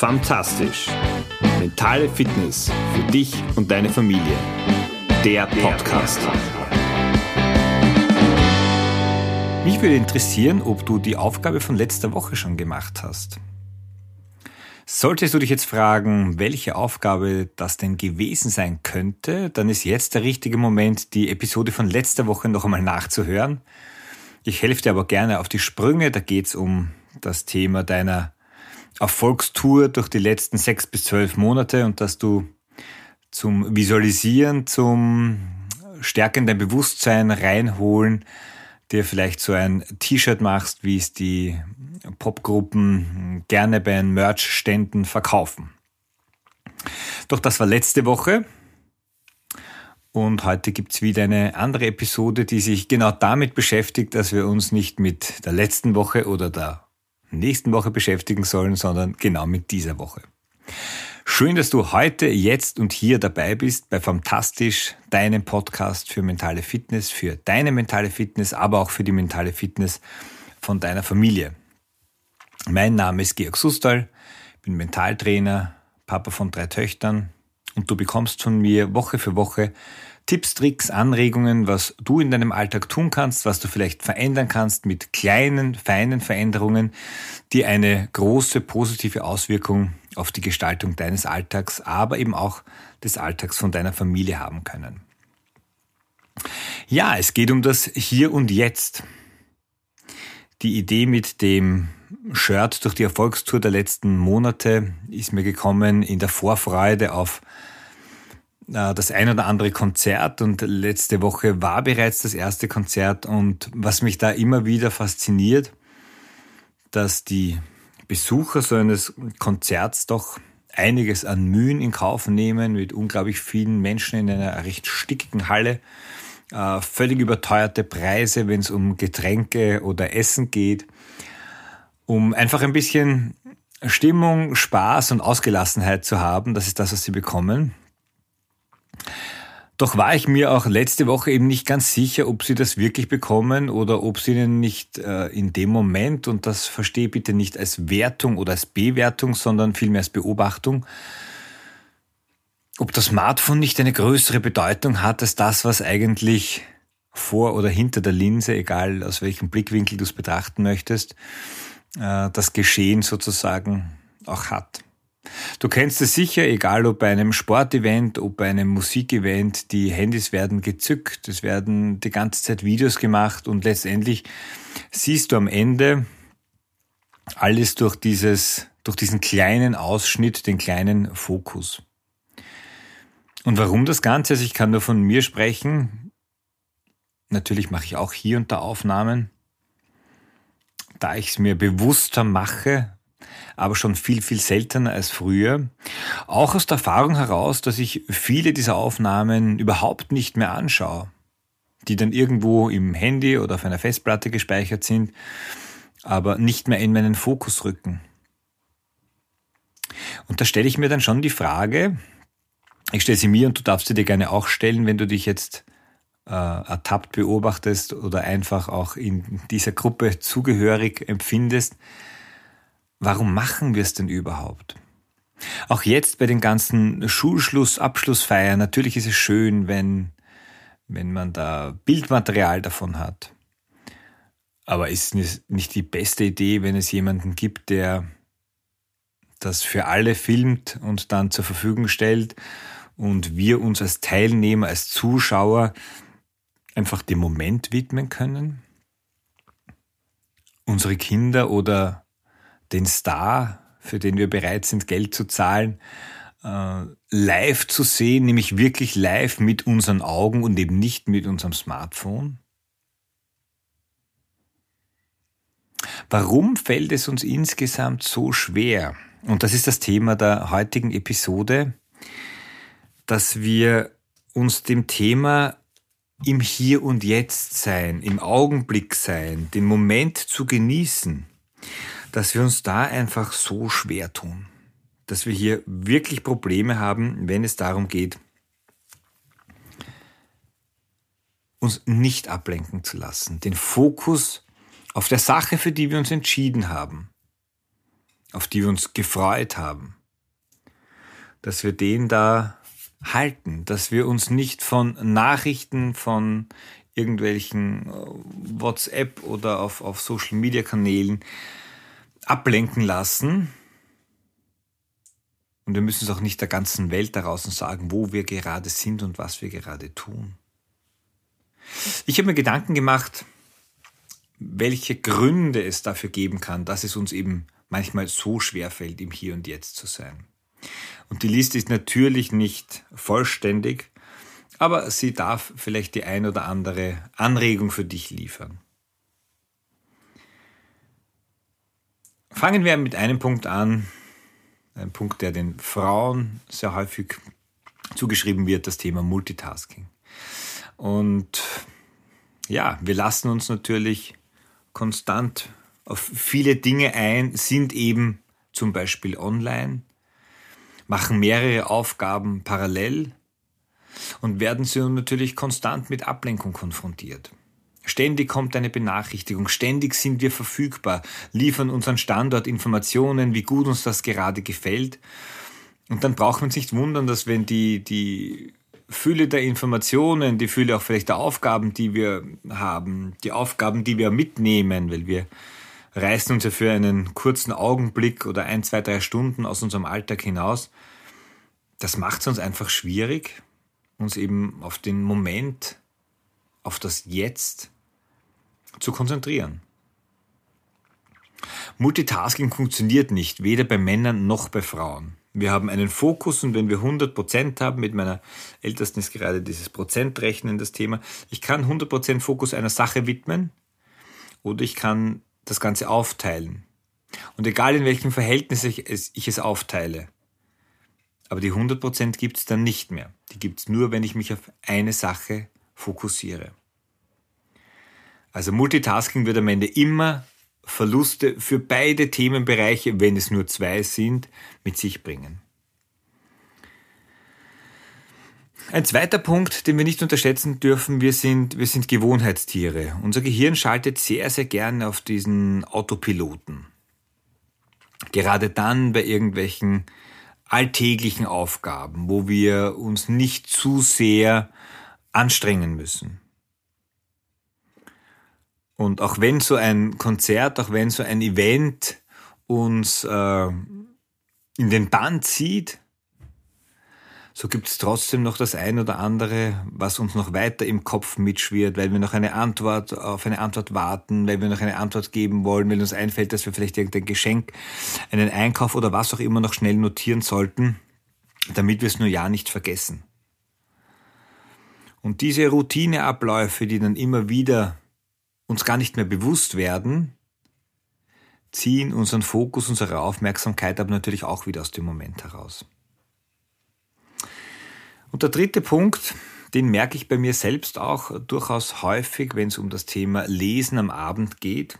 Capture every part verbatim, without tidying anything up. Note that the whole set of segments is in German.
Fantastisch. Mentale Fitness für dich und deine Familie. Der Podcast. Mich würde interessieren, ob du die Aufgabe von letzter Woche schon gemacht hast. Solltest du dich jetzt fragen, welche Aufgabe das denn gewesen sein könnte, dann ist jetzt der richtige Moment, die Episode von letzter Woche noch einmal nachzuhören. Ich helfe dir aber gerne auf die Sprünge, da geht es um das Thema deiner Erfolgstour durch die letzten sechs bis zwölf Monate und dass du zum Visualisieren, zum Stärken dein Bewusstsein reinholen, dir vielleicht so ein T-Shirt machst, wie es die Popgruppen gerne bei den Merch-Ständen verkaufen. Doch das war letzte Woche und heute gibt es wieder eine andere Episode, die sich genau damit beschäftigt, dass wir uns nicht mit der letzten Woche oder der nächsten Woche beschäftigen sollen, sondern genau mit dieser Woche. Schön, dass du heute, jetzt und hier dabei bist bei Fantastisch, deinem Podcast für mentale Fitness, für deine mentale Fitness, aber auch für die mentale Fitness von deiner Familie. Mein Name ist Georg Sustal, ich bin Mentaltrainer, Papa von drei Töchtern und du bekommst von mir Woche für Woche Tipps, Tricks, Anregungen, was du in deinem Alltag tun kannst, was du vielleicht verändern kannst mit kleinen, feinen Veränderungen, die eine große positive Auswirkung auf die Gestaltung deines Alltags, aber eben auch des Alltags von deiner Familie haben können. Ja, es geht um das Hier und Jetzt. Die Idee mit dem Shirt durch die Erfolgstour der letzten Monate ist mir gekommen in der Vorfreude auf das ein oder andere Konzert und letzte Woche war bereits das erste Konzert und was mich da immer wieder fasziniert, dass die Besucher so eines Konzerts doch einiges an Mühen in Kauf nehmen, mit unglaublich vielen Menschen in einer recht stickigen Halle, äh, völlig überteuerte Preise, wenn es um Getränke oder Essen geht, um einfach ein bisschen Stimmung, Spaß und Ausgelassenheit zu haben. Das ist das, was sie bekommen. Doch war ich mir auch letzte Woche eben nicht ganz sicher, ob sie das wirklich bekommen oder ob sie ihnen nicht äh, in dem Moment, und das verstehe bitte nicht als Wertung oder als Bewertung, sondern vielmehr als Beobachtung, ob das Smartphone nicht eine größere Bedeutung hat als das, was eigentlich vor oder hinter der Linse, egal aus welchem Blickwinkel du es betrachten möchtest, äh, das Geschehen sozusagen auch hat. Du kennst es sicher, egal ob bei einem Sportevent, ob bei einem Musikevent, die Handys werden gezückt, es werden die ganze Zeit Videos gemacht und letztendlich siehst du am Ende alles durch dieses, durch diesen kleinen Ausschnitt, den kleinen Fokus. Und warum das Ganze? Also ich kann nur von mir sprechen. Natürlich mache ich auch hier und da Aufnahmen, da ich es mir bewusster mache, aber schon viel, viel seltener als früher. Auch aus der Erfahrung heraus, dass ich viele dieser Aufnahmen überhaupt nicht mehr anschaue, die dann irgendwo im Handy oder auf einer Festplatte gespeichert sind, aber nicht mehr in meinen Fokus rücken. Und da stelle ich mir dann schon die Frage, ich stelle sie mir und du darfst sie dir gerne auch stellen, wenn du dich jetzt äh, ertappt beobachtest oder einfach auch in dieser Gruppe zugehörig empfindest. Warum machen wir es denn überhaupt? Auch jetzt bei den ganzen Schulschluss-, Abschlussfeiern, natürlich ist es schön, wenn, wenn man da Bildmaterial davon hat. Aber ist es nicht die beste Idee, wenn es jemanden gibt, der das für alle filmt und dann zur Verfügung stellt und wir uns als Teilnehmer, als Zuschauer einfach dem Moment widmen können? Unsere Kinder oder den Star, für den wir bereit sind, Geld zu zahlen, äh, live zu sehen, nämlich wirklich live mit unseren Augen und eben nicht mit unserem Smartphone? Warum fällt es uns insgesamt so schwer? Und das ist das Thema der heutigen Episode, dass wir uns dem Thema im Hier und Jetzt sein, im Augenblick sein, den Moment zu genießen, dass wir uns da einfach so schwer tun, dass wir hier wirklich Probleme haben, wenn es darum geht, uns nicht ablenken zu lassen, den Fokus auf der Sache, für die wir uns entschieden haben, auf die wir uns gefreut haben, dass wir den da halten, dass wir uns nicht von Nachrichten, von irgendwelchen WhatsApp oder auf, auf Social-Media-Kanälen ablenken lassen. Und wir müssen es auch nicht der ganzen Welt da draußen sagen, wo wir gerade sind und was wir gerade tun. Ich habe mir Gedanken gemacht, welche Gründe es dafür geben kann, dass es uns eben manchmal so schwer fällt, im Hier und Jetzt zu sein. Und die Liste ist natürlich nicht vollständig, aber sie darf vielleicht die ein oder andere Anregung für dich liefern. Fangen wir mit einem Punkt an, ein Punkt, der den Frauen sehr häufig zugeschrieben wird, das Thema Multitasking. Und ja, wir lassen uns natürlich konstant auf viele Dinge ein, sind eben zum Beispiel online, machen mehrere Aufgaben parallel und werden so natürlich konstant mit Ablenkung konfrontiert. Ständig kommt eine Benachrichtigung, ständig sind wir verfügbar, liefern unseren Standort Informationen, wie gut uns das gerade gefällt. Und dann braucht man sich nicht wundern, dass wenn die, die Fülle der Informationen, die Fülle auch vielleicht der Aufgaben, die wir haben, die Aufgaben, die wir mitnehmen, weil wir reißen uns ja für einen kurzen Augenblick oder ein, zwei, drei Stunden aus unserem Alltag hinaus. Das macht es uns einfach schwierig, uns eben auf den Moment, auf das Jetzt zu konzentrieren. Multitasking funktioniert nicht, weder bei Männern noch bei Frauen. Wir haben einen Fokus und wenn wir hundert Prozent haben, mit meiner Ältesten ist gerade dieses Prozentrechnen das Thema, ich kann hundert Prozent Fokus einer Sache widmen oder ich kann das Ganze aufteilen. Und egal in welchem Verhältnis ich es, ich es aufteile, aber die hundert Prozent gibt es dann nicht mehr. Die gibt es nur, wenn ich mich auf eine Sache fokussiere. Also Multitasking wird am Ende immer Verluste für beide Themenbereiche, wenn es nur zwei sind, mit sich bringen. Ein zweiter Punkt, den wir nicht unterschätzen dürfen, wir sind, wir sind Gewohnheitstiere. Unser Gehirn schaltet sehr, sehr gerne auf diesen Autopiloten. Gerade dann bei irgendwelchen alltäglichen Aufgaben, wo wir uns nicht zu sehr anstrengen müssen. Und auch wenn so ein Konzert, auch wenn so ein Event uns äh, in den Bann zieht, so gibt es trotzdem noch das ein oder andere, was uns noch weiter im Kopf mitschwirrt, weil wir noch eine Antwort auf eine Antwort warten, weil wir noch eine Antwort geben wollen, weil uns einfällt, dass wir vielleicht irgendein Geschenk, einen Einkauf oder was auch immer noch schnell notieren sollten, damit wir es nur ja nicht vergessen. Und diese Routineabläufe, die dann immer wieder uns gar nicht mehr bewusst werden, ziehen unseren Fokus, unsere Aufmerksamkeit aber natürlich auch wieder aus dem Moment heraus. Und der dritte Punkt, den merke ich bei mir selbst auch durchaus häufig, wenn es um das Thema Lesen am Abend geht.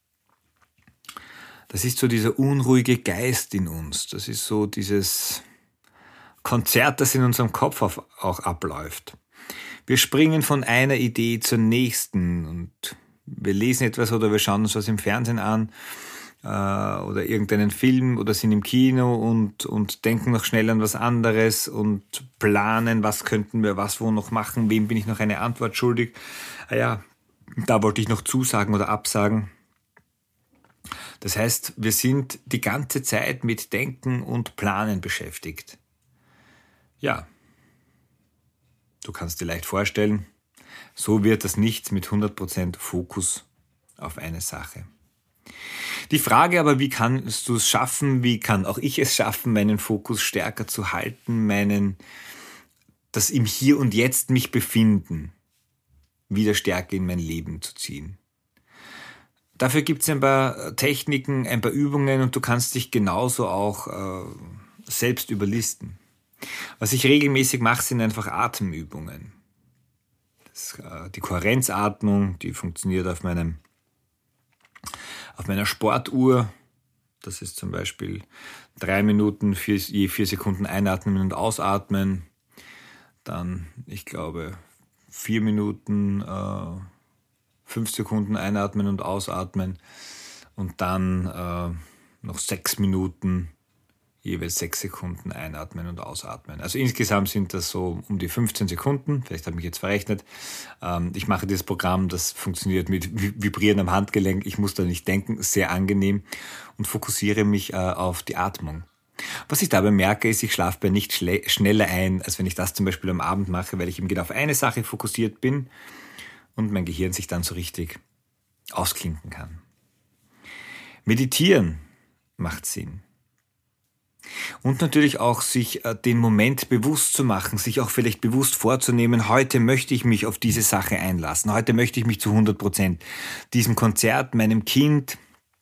Das ist so dieser unruhige Geist in uns. Das ist so dieses Konzert, das in unserem Kopf auch abläuft. Wir springen von einer Idee zur nächsten und wir lesen etwas oder wir schauen uns was im Fernsehen an äh, oder irgendeinen Film oder sind im Kino und, und denken noch schnell an was anderes und planen, was könnten wir was wo noch machen, wem bin ich noch eine Antwort schuldig. Ah ja, da wollte ich noch zusagen oder absagen. Das heißt, wir sind die ganze Zeit mit Denken und Planen beschäftigt. Ja, du kannst dir leicht vorstellen, so wird das nichts mit hundert Prozent Fokus auf eine Sache. Die Frage aber, wie kannst du es schaffen, wie kann auch ich es schaffen, meinen Fokus stärker zu halten, meinen, das im Hier und Jetzt mich befinden, wieder stärker in mein Leben zu ziehen. Dafür gibt es ein paar Techniken, ein paar Übungen und du kannst dich genauso auch äh, selbst überlisten. Was ich regelmäßig mache, sind einfach Atemübungen. Das, äh, die Kohärenzatmung, die funktioniert auf meinem, auf meiner Sportuhr. Das ist zum Beispiel drei Minuten, vier, je vier Sekunden einatmen und ausatmen. Dann, ich glaube, vier Minuten, äh, fünf Sekunden einatmen und ausatmen. Und dann äh, noch sechs Minuten, jeweils sechs Sekunden einatmen und ausatmen. Also insgesamt sind das so um die fünfzehn Sekunden, vielleicht habe ich mich jetzt verrechnet. Ich mache dieses Programm, das funktioniert mit Vibrieren am Handgelenk, ich muss da nicht denken, sehr angenehm und fokussiere mich auf die Atmung. Was ich dabei merke, ist, ich schlafe bei nicht schle- schneller ein, als wenn ich das zum Beispiel am Abend mache, weil ich eben genau auf eine Sache fokussiert bin und mein Gehirn sich dann so richtig ausklinken kann. Meditieren macht Sinn. Und natürlich auch sich äh, den Moment bewusst zu machen, sich auch vielleicht bewusst vorzunehmen, heute möchte ich mich auf diese Sache einlassen, heute möchte ich mich zu hundert Prozent diesem Konzert, meinem Kind,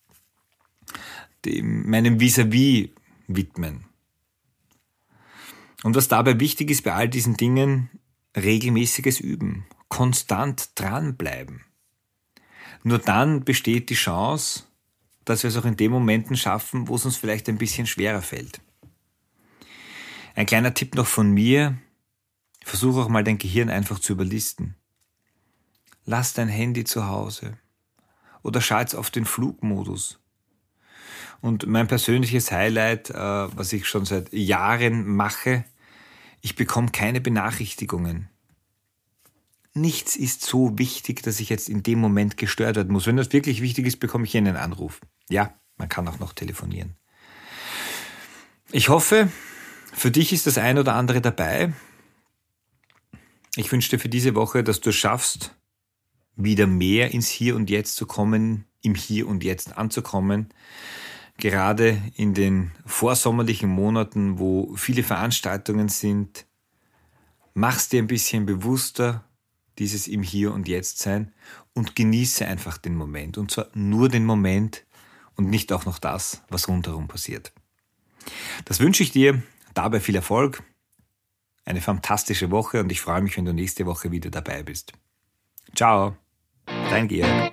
dem, meinem Vis-à-vis widmen. Und was dabei wichtig ist bei all diesen Dingen, regelmäßiges Üben, konstant dranbleiben. Nur dann besteht die Chance, dass wir es auch in den Momenten schaffen, wo es uns vielleicht ein bisschen schwerer fällt. Ein kleiner Tipp noch von mir, versuche auch mal dein Gehirn einfach zu überlisten. Lass dein Handy zu Hause oder schalte auf den Flugmodus. Und mein persönliches Highlight, äh, was ich schon seit Jahren mache, ich bekomme keine Benachrichtigungen. Nichts ist so wichtig, dass ich jetzt in dem Moment gestört werden muss. Wenn das wirklich wichtig ist, bekomme ich einen Anruf. Ja, man kann auch noch telefonieren. Ich hoffe, für dich ist das ein oder andere dabei. Ich wünsche dir für diese Woche, dass du es schaffst, wieder mehr ins Hier und Jetzt zu kommen, im Hier und Jetzt anzukommen. Gerade in den vorsommerlichen Monaten, wo viele Veranstaltungen sind, mach's dir ein bisschen bewusster, dieses im Hier und Jetzt sein und genieße einfach den Moment. Und zwar nur den Moment und nicht auch noch das, was rundherum passiert. Das wünsche ich dir, dabei viel Erfolg, eine fantastische Woche und ich freue mich, wenn du nächste Woche wieder dabei bist. Ciao, dein Georg.